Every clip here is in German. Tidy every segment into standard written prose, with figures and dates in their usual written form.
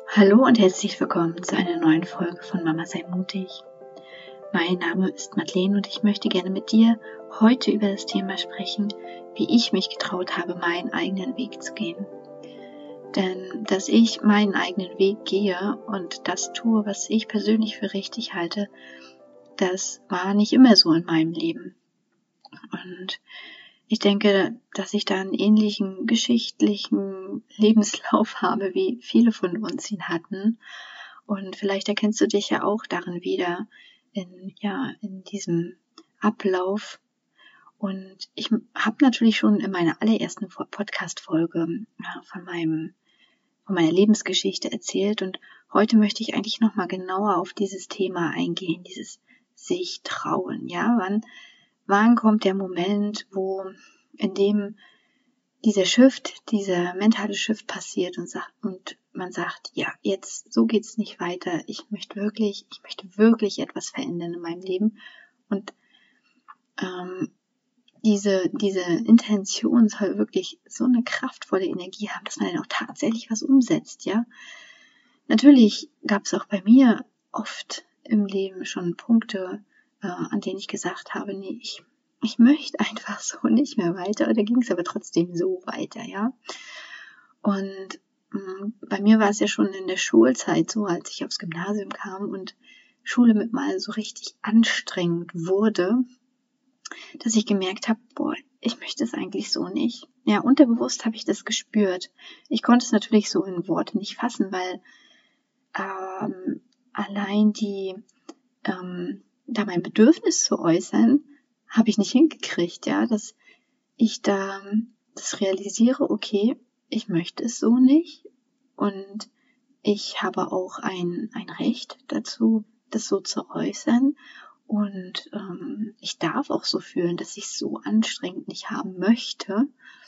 Hallo und herzlich willkommen zu einer neuen Folge von Mama sei mutig. Mein Name ist Madeleine und ich möchte gerne mit dir heute über das Thema sprechen, wie ich mich getraut habe, meinen eigenen Weg zu gehen. Denn dass ich meinen eigenen Weg gehe und das tue, was ich persönlich für richtig halte, das war nicht immer so in meinem Leben. Und ich denke, dass ich da einen ähnlichen geschichtlichen Lebenslauf habe, wie viele von uns ihn hatten. Und vielleicht erkennst du dich ja auch darin wieder, in diesem Ablauf. Und ich habe natürlich schon in meiner allerersten Podcast-Folge von meiner Lebensgeschichte erzählt. Und heute möchte ich eigentlich nochmal genauer auf dieses Thema eingehen, dieses sich trauen. Ja, wann kommt der Moment, in dem dieser mentale Shift passiert und man sagt, ja, jetzt, so geht's nicht weiter. Ich möchte wirklich etwas verändern in meinem Leben. Und diese Intention soll wirklich so eine kraftvolle Energie haben, dass man dann auch tatsächlich was umsetzt, ja. Natürlich gab es auch bei mir oft im Leben schon Punkte, an denen ich gesagt habe, nee, ich möchte einfach so nicht mehr weiter. Da ging es aber trotzdem so weiter, ja. Und bei mir war es ja schon in der Schulzeit so, als ich aufs Gymnasium kam und Schule mit mal so richtig anstrengend wurde, dass ich gemerkt habe, boah, ich möchte es eigentlich so nicht. Ja, unterbewusst habe ich das gespürt. Ich konnte es natürlich so in Worte nicht fassen, weil allein da mein Bedürfnis zu äußern, habe ich nicht hingekriegt, ja, dass ich da das realisiere, okay, ich möchte es so nicht und ich habe auch ein Recht dazu, das so zu äußern und ich darf auch so fühlen, dass ich es so anstrengend nicht haben möchte.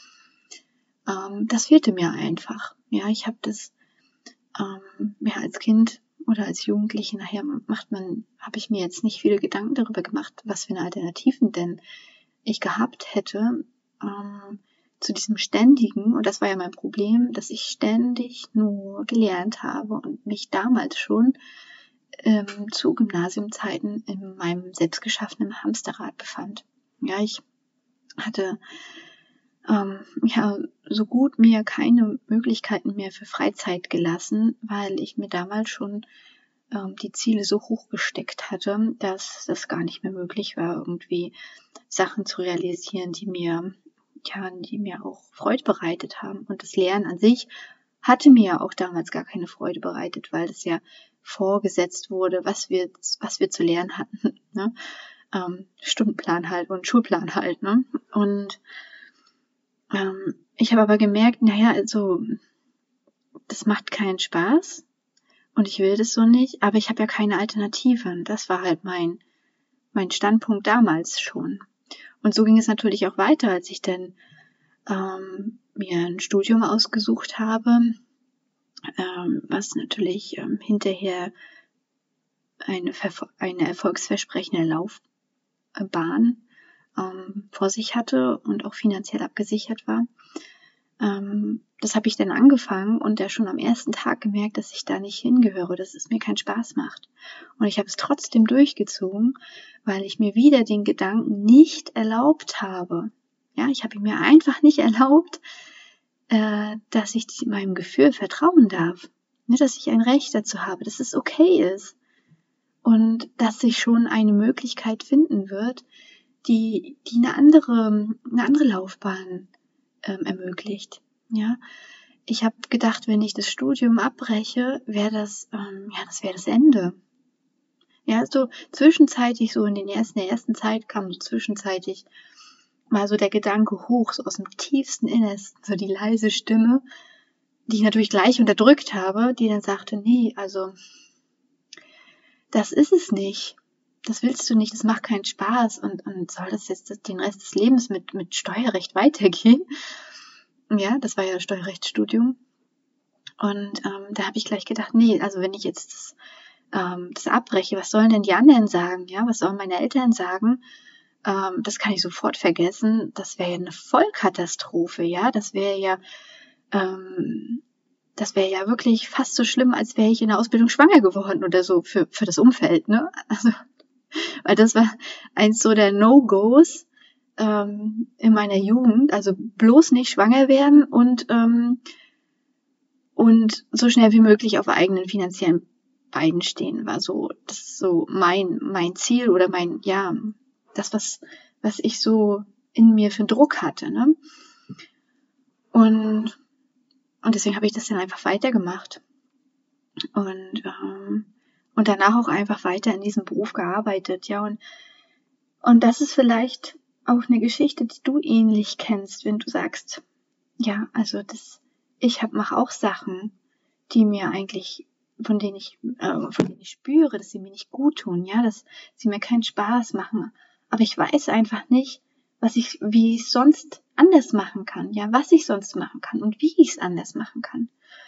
Das fehlte mir einfach. Ja, ich habe das als Kind oder als Jugendliche habe ich mir jetzt nicht viele Gedanken darüber gemacht, was für eine Alternativen denn ich gehabt hätte zu diesem ständigen, und das war ja mein Problem, dass ich ständig nur gelernt habe und mich damals schon zu Gymnasiumzeiten in meinem selbstgeschaffenen Hamsterrad befand. Ja, ich hatte so gut mir keine Möglichkeiten mehr für Freizeit gelassen, weil ich mir damals schon die Ziele so hoch gesteckt hatte, dass das gar nicht mehr möglich war, irgendwie Sachen zu realisieren, die mir auch Freude bereitet haben. Und das Lernen an sich hatte mir ja auch damals gar keine Freude bereitet, weil das ja vorgesetzt wurde, was wir zu lernen hatten. Ne? Stundenplan halt und Schulplan halt. Ne? Und ich habe aber gemerkt, also das macht keinen Spaß und ich will das so nicht, aber ich habe ja keine Alternativen. Das war halt mein Standpunkt damals schon. Und so ging es natürlich auch weiter, als ich dann mir ein Studium ausgesucht habe, was natürlich hinterher eine erfolgsversprechende Laufbahn vor sich hatte und auch finanziell abgesichert war. Das habe ich dann angefangen und ja schon am ersten Tag gemerkt, dass ich da nicht hingehöre, dass es mir keinen Spaß macht. Und ich habe es trotzdem durchgezogen, weil ich mir wieder den Gedanken nicht erlaubt habe. Ja, ich habe mir einfach nicht erlaubt, dass ich meinem Gefühl vertrauen darf. Ne, dass ich ein Recht dazu habe, dass es okay ist. Und dass sich schon eine Möglichkeit finden wird, die eine andere Laufbahn ermöglicht. Ja, ich habe gedacht, wenn ich das Studium abbreche, wäre das das Ende. Ja, so zwischenzeitlich, so in der ersten Zeit kam so zwischenzeitlich mal so der Gedanke hoch, so aus dem tiefsten Innersten, so die leise Stimme, die ich natürlich gleich unterdrückt habe, die dann sagte, nee, also das ist es nicht. Das willst du nicht, das macht keinen Spaß und soll das jetzt den Rest des Lebens mit Steuerrecht weitergehen? Ja, das war ja das Steuerrechtsstudium. Und da habe ich gleich gedacht, nee, also wenn ich jetzt das abbreche, was sollen denn die anderen sagen? Ja, was sollen meine Eltern sagen? Das kann ich sofort vergessen. Das wäre ja eine Vollkatastrophe, ja. Das wäre das wäre ja wirklich fast so schlimm, als wäre ich in der Ausbildung schwanger geworden oder so für das Umfeld, ne? Also, weil das war eins so der No-Gos in meiner Jugend. Also bloß nicht schwanger werden und so schnell wie möglich auf eigenen finanziellen Beinen stehen, war so, das ist so mein Ziel oder das, was ich so in mir für einen Druck hatte, ne? Und deswegen habe ich das dann einfach weitergemacht. Und danach auch einfach weiter in diesem Beruf gearbeitet, ja. Und das ist vielleicht auch eine Geschichte, die du ähnlich kennst, wenn du sagst, ja, also ich mache auch Sachen, die mir eigentlich, von denen ich spüre, dass sie mir nicht gut tun, ja, dass sie mir keinen Spaß machen. Aber ich weiß einfach nicht, wie ich es sonst anders machen kann, ja, was ich sonst machen kann und wie ich es anders machen kann.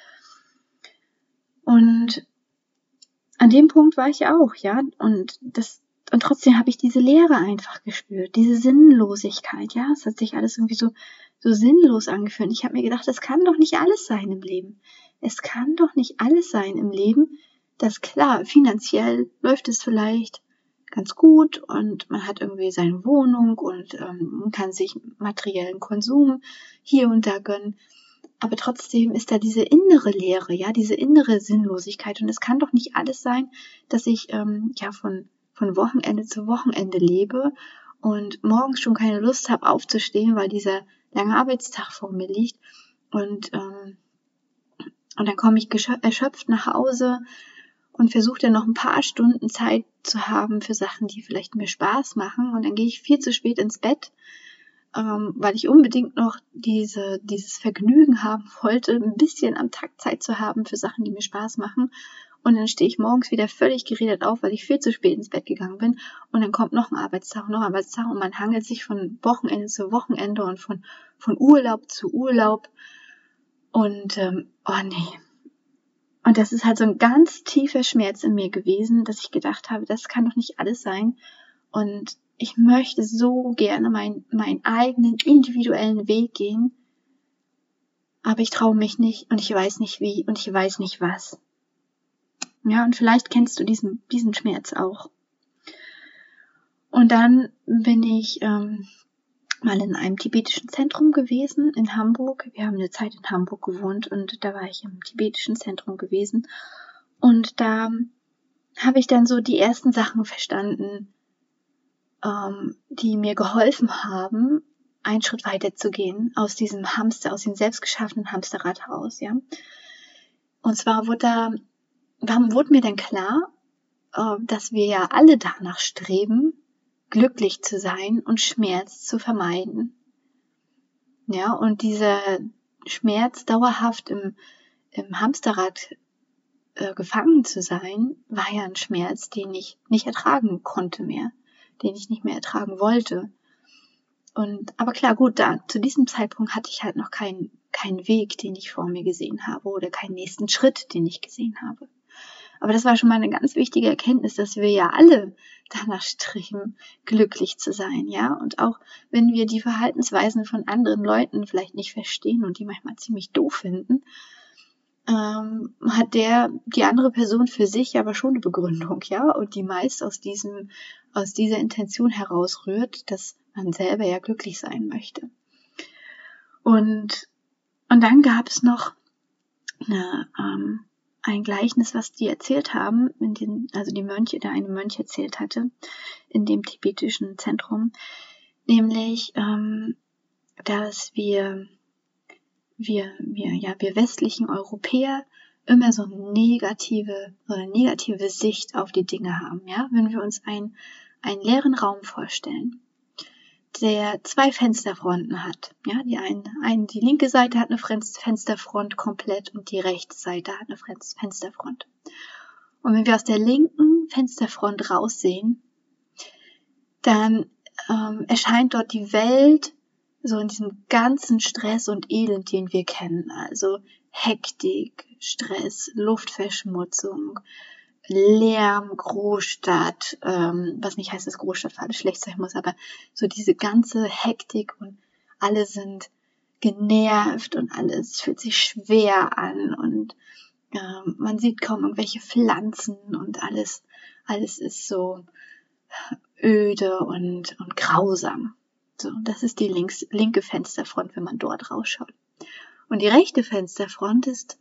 Und an dem Punkt war ich auch, ja, und trotzdem habe ich diese Leere einfach gespürt, diese Sinnlosigkeit, ja, es hat sich alles irgendwie so sinnlos angefühlt. Ich habe mir gedacht, das kann doch nicht alles sein im Leben. Es kann doch nicht alles sein im Leben, dass klar, finanziell läuft es vielleicht ganz gut und man hat irgendwie seine Wohnung und kann sich materiellen Konsum hier und da gönnen. Aber trotzdem ist da diese innere Leere, ja, diese innere Sinnlosigkeit. Und es kann doch nicht alles sein, dass ich von Wochenende zu Wochenende lebe und morgens schon keine Lust habe aufzustehen, weil dieser lange Arbeitstag vor mir liegt. Und dann komme ich erschöpft nach Hause und versuche dann noch ein paar Stunden Zeit zu haben für Sachen, die vielleicht mir Spaß machen. Und dann gehe ich viel zu spät ins Bett, weil ich unbedingt noch dieses Vergnügen haben wollte, ein bisschen am Tag Zeit zu haben für Sachen, die mir Spaß machen. Und dann stehe ich morgens wieder völlig geredet auf, weil ich viel zu spät ins Bett gegangen bin. Und dann kommt noch ein Arbeitstag und man hangelt sich von Wochenende zu Wochenende und von Urlaub zu Urlaub. Und oh nee. Und das ist halt so ein ganz tiefer Schmerz in mir gewesen, dass ich gedacht habe, das kann doch nicht alles sein. Und ich möchte so gerne meinen eigenen individuellen Weg gehen, aber ich traue mich nicht und ich weiß nicht wie und ich weiß nicht was. Ja, und vielleicht kennst du diesen Schmerz auch. Und dann bin ich mal in einem tibetischen Zentrum gewesen in Hamburg. Wir haben eine Zeit in Hamburg gewohnt und da war ich im tibetischen Zentrum gewesen. Und da habe ich dann so die ersten Sachen verstanden, die mir geholfen haben, einen Schritt weiter zu gehen aus diesem selbst geschaffenen Hamsterrad heraus, ja. Und zwar wurde mir dann klar, dass wir ja alle danach streben, glücklich zu sein und Schmerz zu vermeiden. Ja, und dieser Schmerz dauerhaft im Hamsterrad gefangen zu sein, war ja ein Schmerz, den ich nicht ertragen konnte mehr, den ich nicht mehr ertragen wollte. Aber klar, gut, zu diesem Zeitpunkt hatte ich halt noch keinen Weg, den ich vor mir gesehen habe oder keinen nächsten Schritt, den ich gesehen habe. Aber das war schon mal eine ganz wichtige Erkenntnis, dass wir ja alle danach streben, glücklich zu sein, ja. Und auch wenn wir die Verhaltensweisen von anderen Leuten vielleicht nicht verstehen und die manchmal ziemlich doof finden, hat die andere Person für sich aber schon eine Begründung, ja. Und die meist aus dieser Intention herausrührt, dass man selber ja glücklich sein möchte. Und dann gab es noch ein Gleichnis, was die erzählt haben, der eine Mönch erzählt hatte, in dem tibetischen Zentrum, nämlich, dass wir westlichen Europäer immer so eine negative Sicht auf die Dinge haben, ja, wenn wir uns einen leeren Raum vorstellen, der 2 Fensterfronten hat. Ja, die linke Seite hat eine Fensterfront komplett und die rechte Seite hat eine Fensterfront. Und wenn wir aus der linken Fensterfront raussehen, dann erscheint dort die Welt so in diesem ganzen Stress und Elend, den wir kennen. Also Hektik, Stress, Luftverschmutzung, Lärm, Großstadt, was nicht heißt, dass Großstadt für alles schlecht sein muss, aber so diese ganze Hektik und alle sind genervt und alles fühlt sich schwer an und man sieht kaum irgendwelche Pflanzen und alles ist so öde und grausam. So, das ist die linke Fensterfront, wenn man dort rausschaut. Und die rechte Fensterfront ist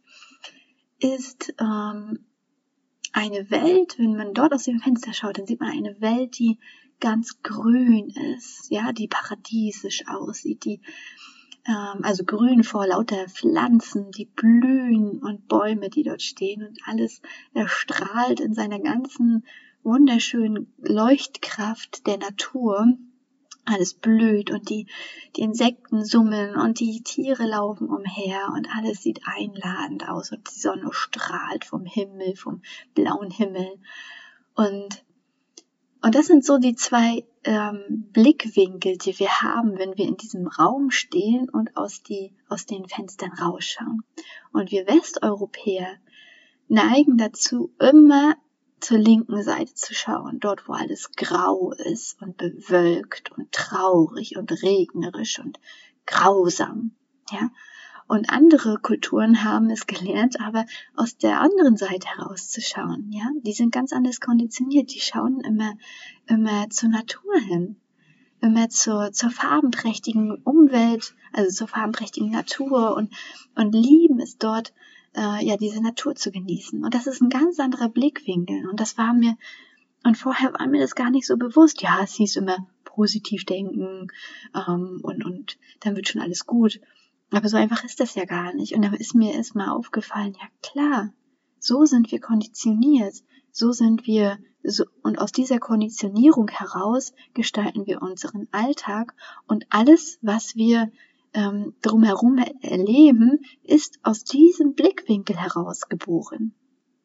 eine Welt, wenn man dort aus dem Fenster schaut, dann sieht man eine Welt, die ganz grün ist, ja, die paradiesisch aussieht, also grün vor lauter Pflanzen, die blühen und Bäume, die dort stehen und alles erstrahlt in seiner ganzen wunderschönen Leuchtkraft der Natur. Alles blüht und die Insekten summen und die Tiere laufen umher und alles sieht einladend aus und die Sonne strahlt vom Himmel, vom blauen Himmel. Und das sind so die zwei Blickwinkel, die wir haben, wenn wir in diesem Raum stehen und aus den Fenstern rausschauen. Und wir Westeuropäer neigen dazu, immer zur linken Seite zu schauen, dort wo alles grau ist und bewölkt und traurig und regnerisch und grausam, ja. Und andere Kulturen haben es gelernt, aber aus der anderen Seite herauszuschauen, ja. Die sind ganz anders konditioniert, die schauen immer zur Natur hin, immer zur farbenprächtigen Umwelt, also zur farbenprächtigen Natur und lieben es dort, diese Natur zu genießen. Und das ist ein ganz anderer Blickwinkel. Und vorher war mir das gar nicht so bewusst. Ja, es hieß immer positiv denken, und dann wird schon alles gut. Aber so einfach ist das ja gar nicht. Und da ist mir erst mal aufgefallen, ja klar, so sind wir konditioniert. Und aus dieser Konditionierung heraus gestalten wir unseren Alltag und alles, was wir drumherum erleben, ist aus diesem Blickwinkel herausgeboren.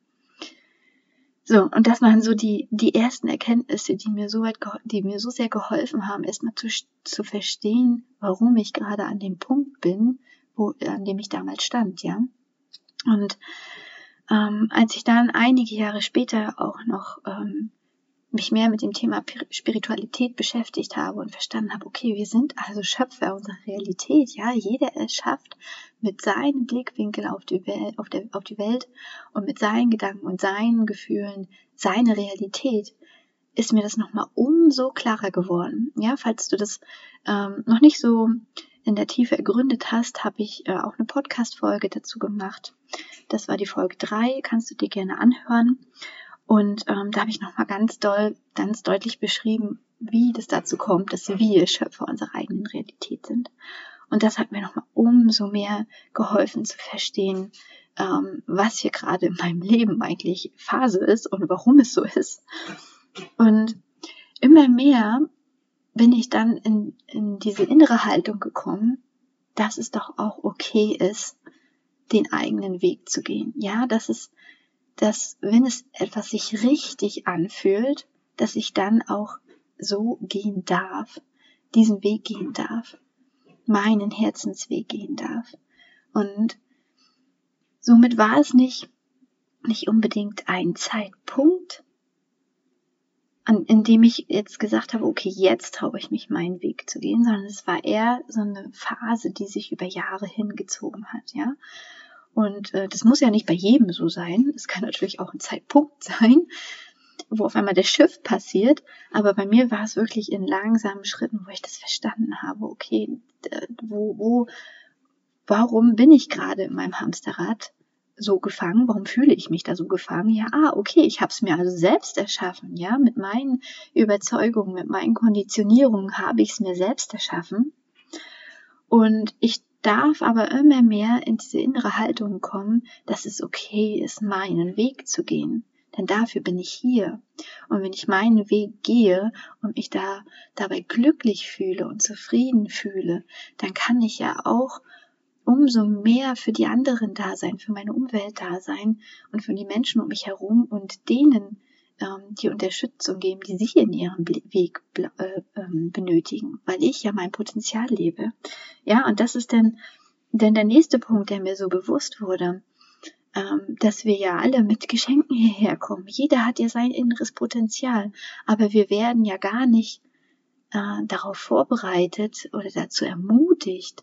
So, und das waren so die ersten Erkenntnisse, die mir so sehr geholfen haben, erstmal zu verstehen, warum ich gerade an dem Punkt bin, an dem ich damals stand, ja. Und als ich dann einige Jahre später auch noch mich mehr mit dem Thema Spiritualität beschäftigt habe und verstanden habe, okay, wir sind also Schöpfer unserer Realität, ja, jeder erschafft mit seinem Blickwinkel auf die Welt und mit seinen Gedanken und seinen Gefühlen seine Realität, ist mir das nochmal umso klarer geworden. Ja, falls du das noch nicht so in der Tiefe ergründet hast, habe ich auch eine Podcast-Folge dazu gemacht. Das war die Folge 3, kannst du dir gerne anhören. Und da habe ich nochmal ganz deutlich beschrieben, wie das dazu kommt, dass wir Schöpfer unserer eigenen Realität sind. Und das hat mir nochmal umso mehr geholfen zu verstehen, was hier gerade in meinem Leben eigentlich Phase ist und warum es so ist. Und immer mehr bin ich dann in diese innere Haltung gekommen, dass es doch auch okay ist, den eigenen Weg zu gehen. Ja, dass wenn es etwas sich richtig anfühlt, dass ich dann auch so gehen darf, diesen Weg gehen darf, meinen Herzensweg gehen darf. Und somit war es nicht unbedingt ein Zeitpunkt, in dem ich jetzt gesagt habe, okay, jetzt traue ich mich, meinen Weg zu gehen, sondern es war eher so eine Phase, die sich über Jahre hingezogen hat, ja. Und das muss ja nicht bei jedem so sein. Es kann natürlich auch ein Zeitpunkt sein, wo auf einmal der Shift passiert. Aber bei mir war es wirklich in langsamen Schritten, wo ich das verstanden habe. Okay, warum bin ich gerade in meinem Hamsterrad so gefangen? Warum fühle ich mich da so gefangen? Ja, okay, ich habe es mir also selbst erschaffen. Ja, mit meinen Überzeugungen, mit meinen Konditionierungen habe ich es mir selbst erschaffen. Und ich darf aber immer mehr in diese innere Haltung kommen, dass es okay ist, meinen Weg zu gehen. Denn dafür bin ich hier. Und wenn ich meinen Weg gehe und mich dabei glücklich fühle und zufrieden fühle, dann kann ich ja auch umso mehr für die anderen da sein, für meine Umwelt da sein und für die Menschen um mich herum und denen die Unterstützung geben, die sie in ihrem Weg benötigen, weil ich ja mein Potenzial lebe. Ja, und das ist dann der nächste Punkt, der mir so bewusst wurde, dass wir ja alle mit Geschenken hierher kommen. Jeder hat ja sein inneres Potenzial, aber wir werden ja gar nicht darauf vorbereitet oder dazu ermutigt,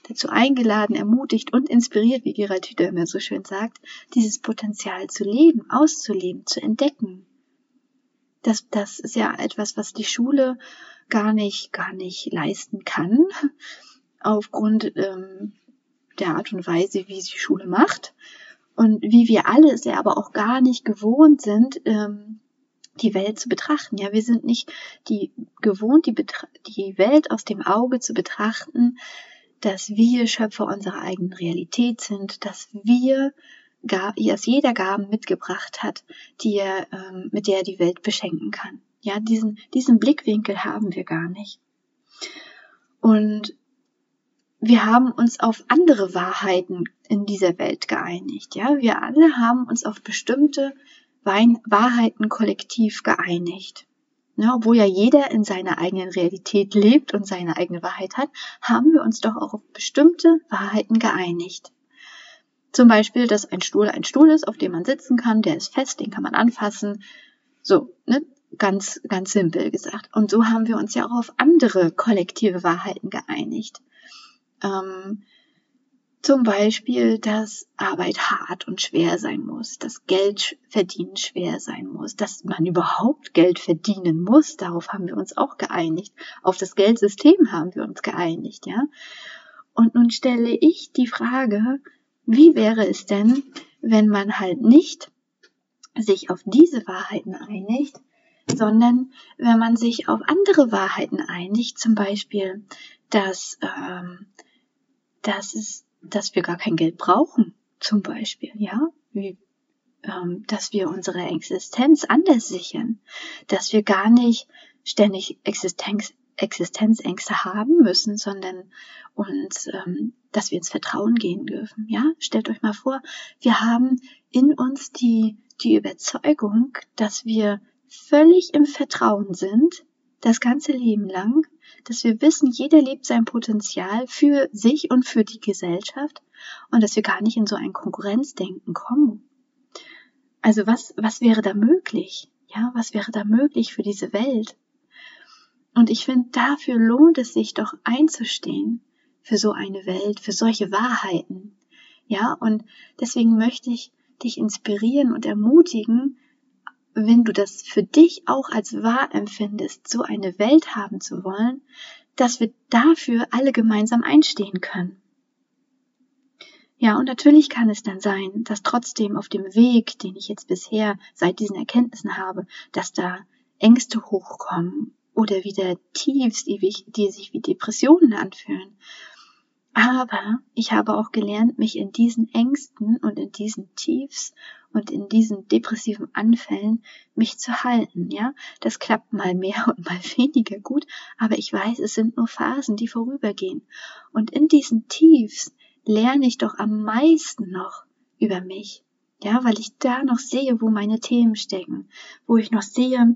dazu eingeladen, ermutigt und inspiriert, wie Gerald Hüther immer so schön sagt, dieses Potenzial zu leben, auszuleben, zu entdecken. Das ist ja etwas, was die Schule gar nicht leisten kann, aufgrund der Art und Weise, wie sie Schule macht und wie wir alle es ja aber auch gar nicht gewohnt sind, die Welt zu betrachten. Ja, wir sind nicht gewohnt, die Welt aus dem Auge zu betrachten, dass wir Schöpfer unserer eigenen Realität sind, dass jeder Gaben mitgebracht hat, mit der er die Welt beschenken kann. Ja, diesen Blickwinkel haben wir gar nicht. Und wir haben uns auf andere Wahrheiten in dieser Welt geeinigt. Ja, wir alle haben uns auf bestimmte Wahrheiten kollektiv geeinigt. Ja, obwohl ja jeder in seiner eigenen Realität lebt und seine eigene Wahrheit hat, haben wir uns doch auch auf bestimmte Wahrheiten geeinigt. Zum Beispiel, dass ein Stuhl ist, auf dem man sitzen kann, der ist fest, den kann man anfassen. So, ne? Ganz, ganz simpel gesagt. Und so haben wir uns ja auch auf andere kollektive Wahrheiten geeinigt. Zum Beispiel, dass Arbeit hart und schwer sein muss, dass Geld verdienen schwer sein muss, dass man überhaupt Geld verdienen muss. Darauf haben wir uns auch geeinigt. Auf das Geldsystem haben wir uns geeinigt, ja. Und nun stelle ich die Frage, wie wäre es denn, wenn man halt nicht sich auf diese Wahrheiten einigt, sondern wenn man sich auf andere Wahrheiten einigt, zum Beispiel, dass wir gar kein Geld brauchen, zum Beispiel, ja, dass wir unsere Existenz anders sichern, dass wir gar nicht ständig Existenzängste haben müssen, sondern dass wir ins Vertrauen gehen dürfen, ja. Stellt euch mal vor, wir haben in uns die Überzeugung, dass wir völlig im Vertrauen sind, das ganze Leben lang, dass wir wissen, jeder lebt sein Potenzial für sich und für die Gesellschaft und dass wir gar nicht in so ein Konkurrenzdenken kommen. Also was wäre da möglich? Ja, was wäre da möglich für diese Welt? Und ich finde, dafür lohnt es sich doch einzustehen, für so eine Welt, für solche Wahrheiten. Ja, und deswegen möchte ich dich inspirieren und ermutigen, wenn du das für dich auch als wahr empfindest, so eine Welt haben zu wollen, dass wir dafür alle gemeinsam einstehen können. Ja, und natürlich kann es dann sein, dass trotzdem auf dem Weg, den ich jetzt bisher seit diesen Erkenntnissen habe, dass da Ängste hochkommen oder wieder Tiefs, die sich wie Depressionen anfühlen. Aber ich habe auch gelernt, mich in diesen Ängsten und in diesen Tiefs und in diesen depressiven Anfällen mich zu halten, ja. Das klappt mal mehr und mal weniger gut, aber ich weiß, es sind nur Phasen, die vorübergehen. Und in diesen Tiefs lerne ich doch am meisten noch über mich, ja, weil ich da noch sehe, wo meine Themen stecken, wo ich noch sehe,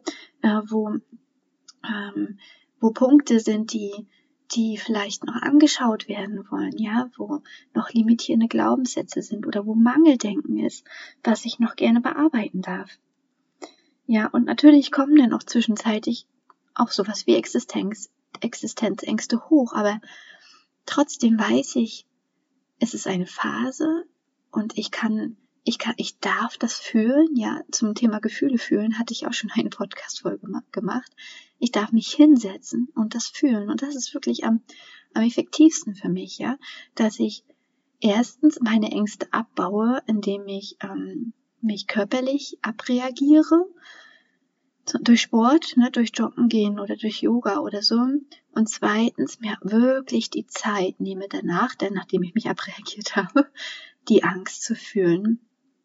wo Punkte sind, die vielleicht noch angeschaut werden wollen, ja, wo noch limitierende Glaubenssätze sind oder wo Mangeldenken ist, was ich noch gerne bearbeiten darf. Ja, und natürlich kommen dann auch zwischenzeitlich auch sowas wie Existenzängste hoch, aber trotzdem weiß ich, es ist eine Phase und ich darf das fühlen, ja, zum Thema Gefühle fühlen hatte ich auch schon eine Podcast-Folge gemacht. Ich darf mich hinsetzen und das fühlen und das ist wirklich am effektivsten für mich, ja, dass ich erstens meine Ängste abbaue, indem ich mich körperlich abreagiere, durch Sport, ne, durch Joggen gehen oder durch Yoga oder so. Und zweitens mir wirklich die Zeit nehme danach, denn nachdem ich mich abreagiert habe, die Angst zu fühlen.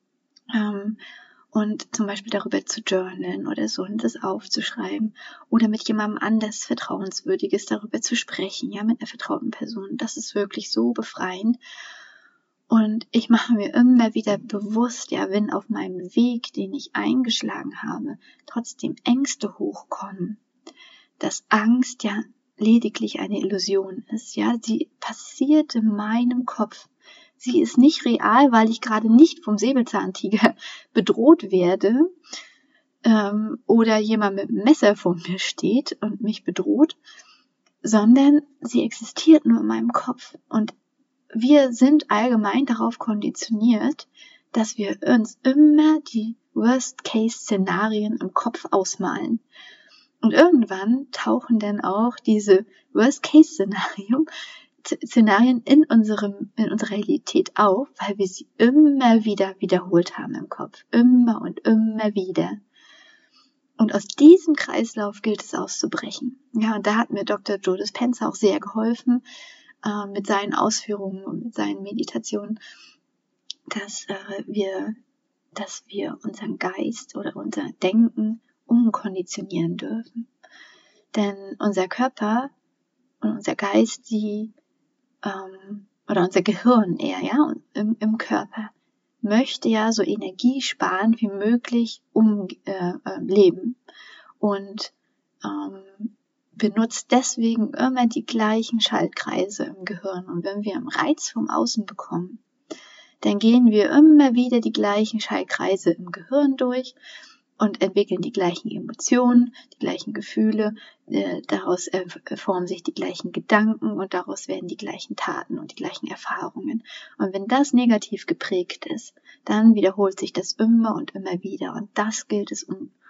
Und zum Beispiel darüber zu journalen oder so und das aufzuschreiben oder mit jemandem anders Vertrauenswürdiges darüber zu sprechen, ja, mit einer vertrauten Person. Das ist wirklich so befreiend. Und ich mache mir immer wieder bewusst, ja, wenn auf meinem Weg, den ich eingeschlagen habe, trotzdem Ängste hochkommen, dass Angst ja lediglich eine Illusion ist, ja, sie passiert in meinem Kopf. Sie ist nicht real, weil ich gerade nicht vom Säbelzahntiger bedroht werde oder jemand mit einem Messer vor mir steht und mich bedroht, sondern sie existiert nur in meinem Kopf. Und wir sind allgemein darauf konditioniert, dass wir uns immer die Worst-Case-Szenarien im Kopf ausmalen. Und irgendwann tauchen dann auch diese Worst-Case-Szenarien in unserer Realität auf, weil wir sie immer wieder wiederholt haben im Kopf. Immer und immer wieder. Und aus diesem Kreislauf gilt es auszubrechen. Ja, und da hat mir Dr. Joe Dispenza auch sehr geholfen, mit seinen Ausführungen und mit seinen Meditationen, dass wir unseren Geist oder unser Denken umkonditionieren dürfen. Denn unser Körper und unser Geist, oder unser Gehirn eher, ja, im Körper, möchte ja so energiesparend wie möglich leben und benutzt deswegen immer die gleichen Schaltkreise im Gehirn. Und wenn wir einen Reiz vom Außen bekommen, dann gehen wir immer wieder die gleichen Schaltkreise im Gehirn durch und entwickeln die gleichen Emotionen, die gleichen Gefühle, daraus formen sich die gleichen Gedanken und daraus werden die gleichen Taten und die gleichen Erfahrungen. Und wenn das negativ geprägt ist, dann wiederholt sich das immer und immer wieder. Und das gilt es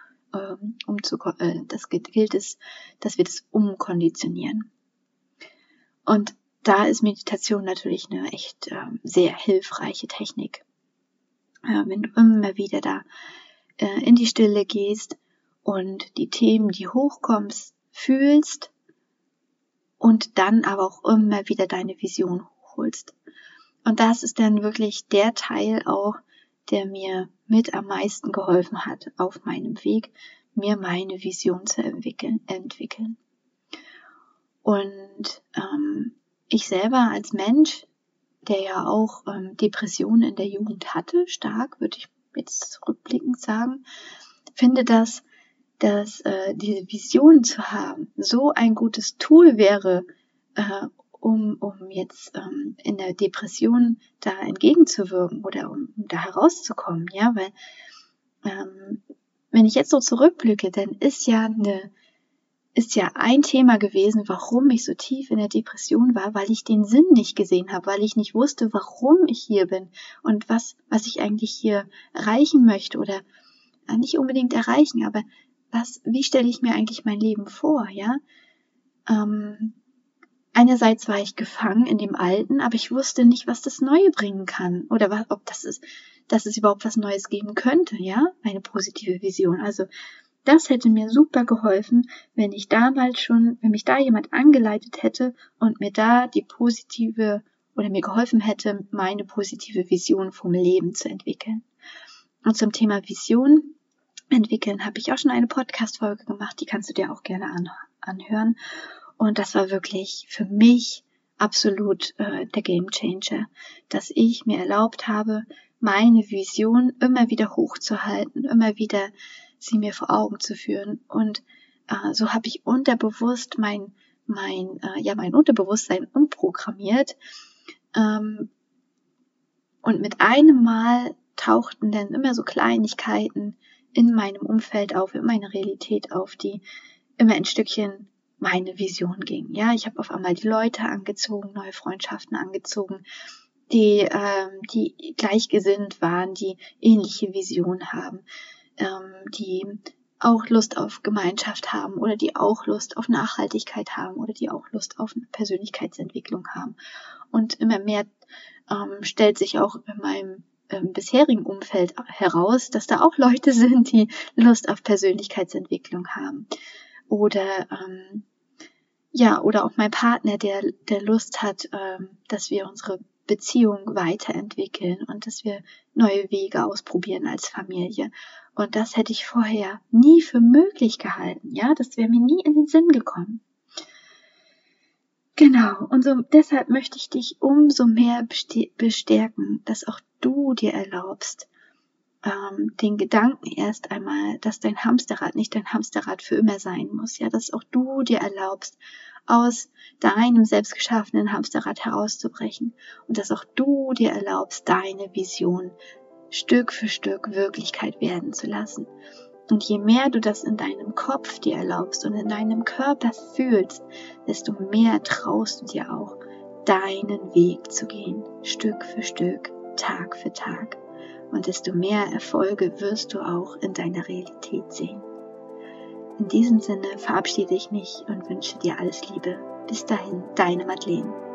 dass wir das umkonditionieren. Und da ist Meditation natürlich eine echt sehr hilfreiche Technik. Wenn du immer wieder da in die Stille gehst und die Themen, die hochkommen, fühlst und dann aber auch immer wieder deine Vision hochholst. Und das ist dann wirklich der Teil auch, der mir mit am meisten geholfen hat auf meinem Weg, mir meine Vision zu entwickeln. Und ich selber als Mensch, der ja auch Depressionen in der Jugend hatte, stark, würde ich jetzt rückblickend sagen, finde, dass diese Vision zu haben so ein gutes Tool wäre, um jetzt in der Depression da entgegenzuwirken oder um da herauszukommen, ja, weil wenn ich jetzt so zurückblicke, dann ist ja ein Thema gewesen, warum ich so tief in der Depression war, weil ich den Sinn nicht gesehen habe, weil ich nicht wusste, warum ich hier bin und was ich eigentlich hier erreichen möchte oder nicht unbedingt erreichen, aber wie stelle ich mir eigentlich mein Leben vor, ja? Einerseits war ich gefangen in dem Alten, aber ich wusste nicht, was das Neue bringen kann oder dass es überhaupt was Neues geben könnte, ja? Eine positive Vision. Also das hätte mir super geholfen, wenn mich da jemand angeleitet hätte und mir da mir geholfen hätte, meine positive Vision vom Leben zu entwickeln. Und zum Thema Vision entwickeln habe ich auch schon eine Podcast-Folge gemacht, die kannst du dir auch gerne anhören. Und das war wirklich für mich absolut der Gamechanger, dass ich mir erlaubt habe, meine Vision immer wieder hochzuhalten, immer wieder sie mir vor Augen zu führen. Und so habe ich unterbewusst mein Unterbewusstsein umprogrammiert. Und mit einem Mal tauchten dann immer so Kleinigkeiten in meinem Umfeld auf, in meiner Realität auf, die immer ein Stückchen meine Vision gingen. Ja, ich habe auf einmal die Leute angezogen, neue Freundschaften angezogen, die gleichgesinnt waren, die ähnliche Visionen haben, die auch Lust auf Gemeinschaft haben oder die auch Lust auf Nachhaltigkeit haben oder die auch Lust auf Persönlichkeitsentwicklung haben. Und immer mehr stellt sich auch in meinem bisherigen Umfeld heraus, dass da auch Leute sind, die Lust auf Persönlichkeitsentwicklung haben. Oder auch mein Partner, der Lust hat, dass wir unsere Beziehung weiterentwickeln und dass wir neue Wege ausprobieren als Familie. Und das hätte ich vorher nie für möglich gehalten. Ja, das wäre mir nie in den Sinn gekommen. Genau, und deshalb möchte ich dich umso mehr bestärken, dass auch du dir erlaubst, den Gedanken erst einmal, dass dein Hamsterrad nicht dein Hamsterrad für immer sein muss, ja, dass auch du dir erlaubst, aus deinem selbstgeschaffenen Hamsterrad herauszubrechen und dass auch du dir erlaubst, deine Vision Stück für Stück Wirklichkeit werden zu lassen. Und je mehr du das in deinem Kopf dir erlaubst und in deinem Körper fühlst, desto mehr traust du dir auch, deinen Weg zu gehen, Stück für Stück, Tag für Tag. Und desto mehr Erfolge wirst du auch in deiner Realität sehen. In diesem Sinne verabschiede ich mich und wünsche dir alles Liebe. Bis dahin, deine Madeleine.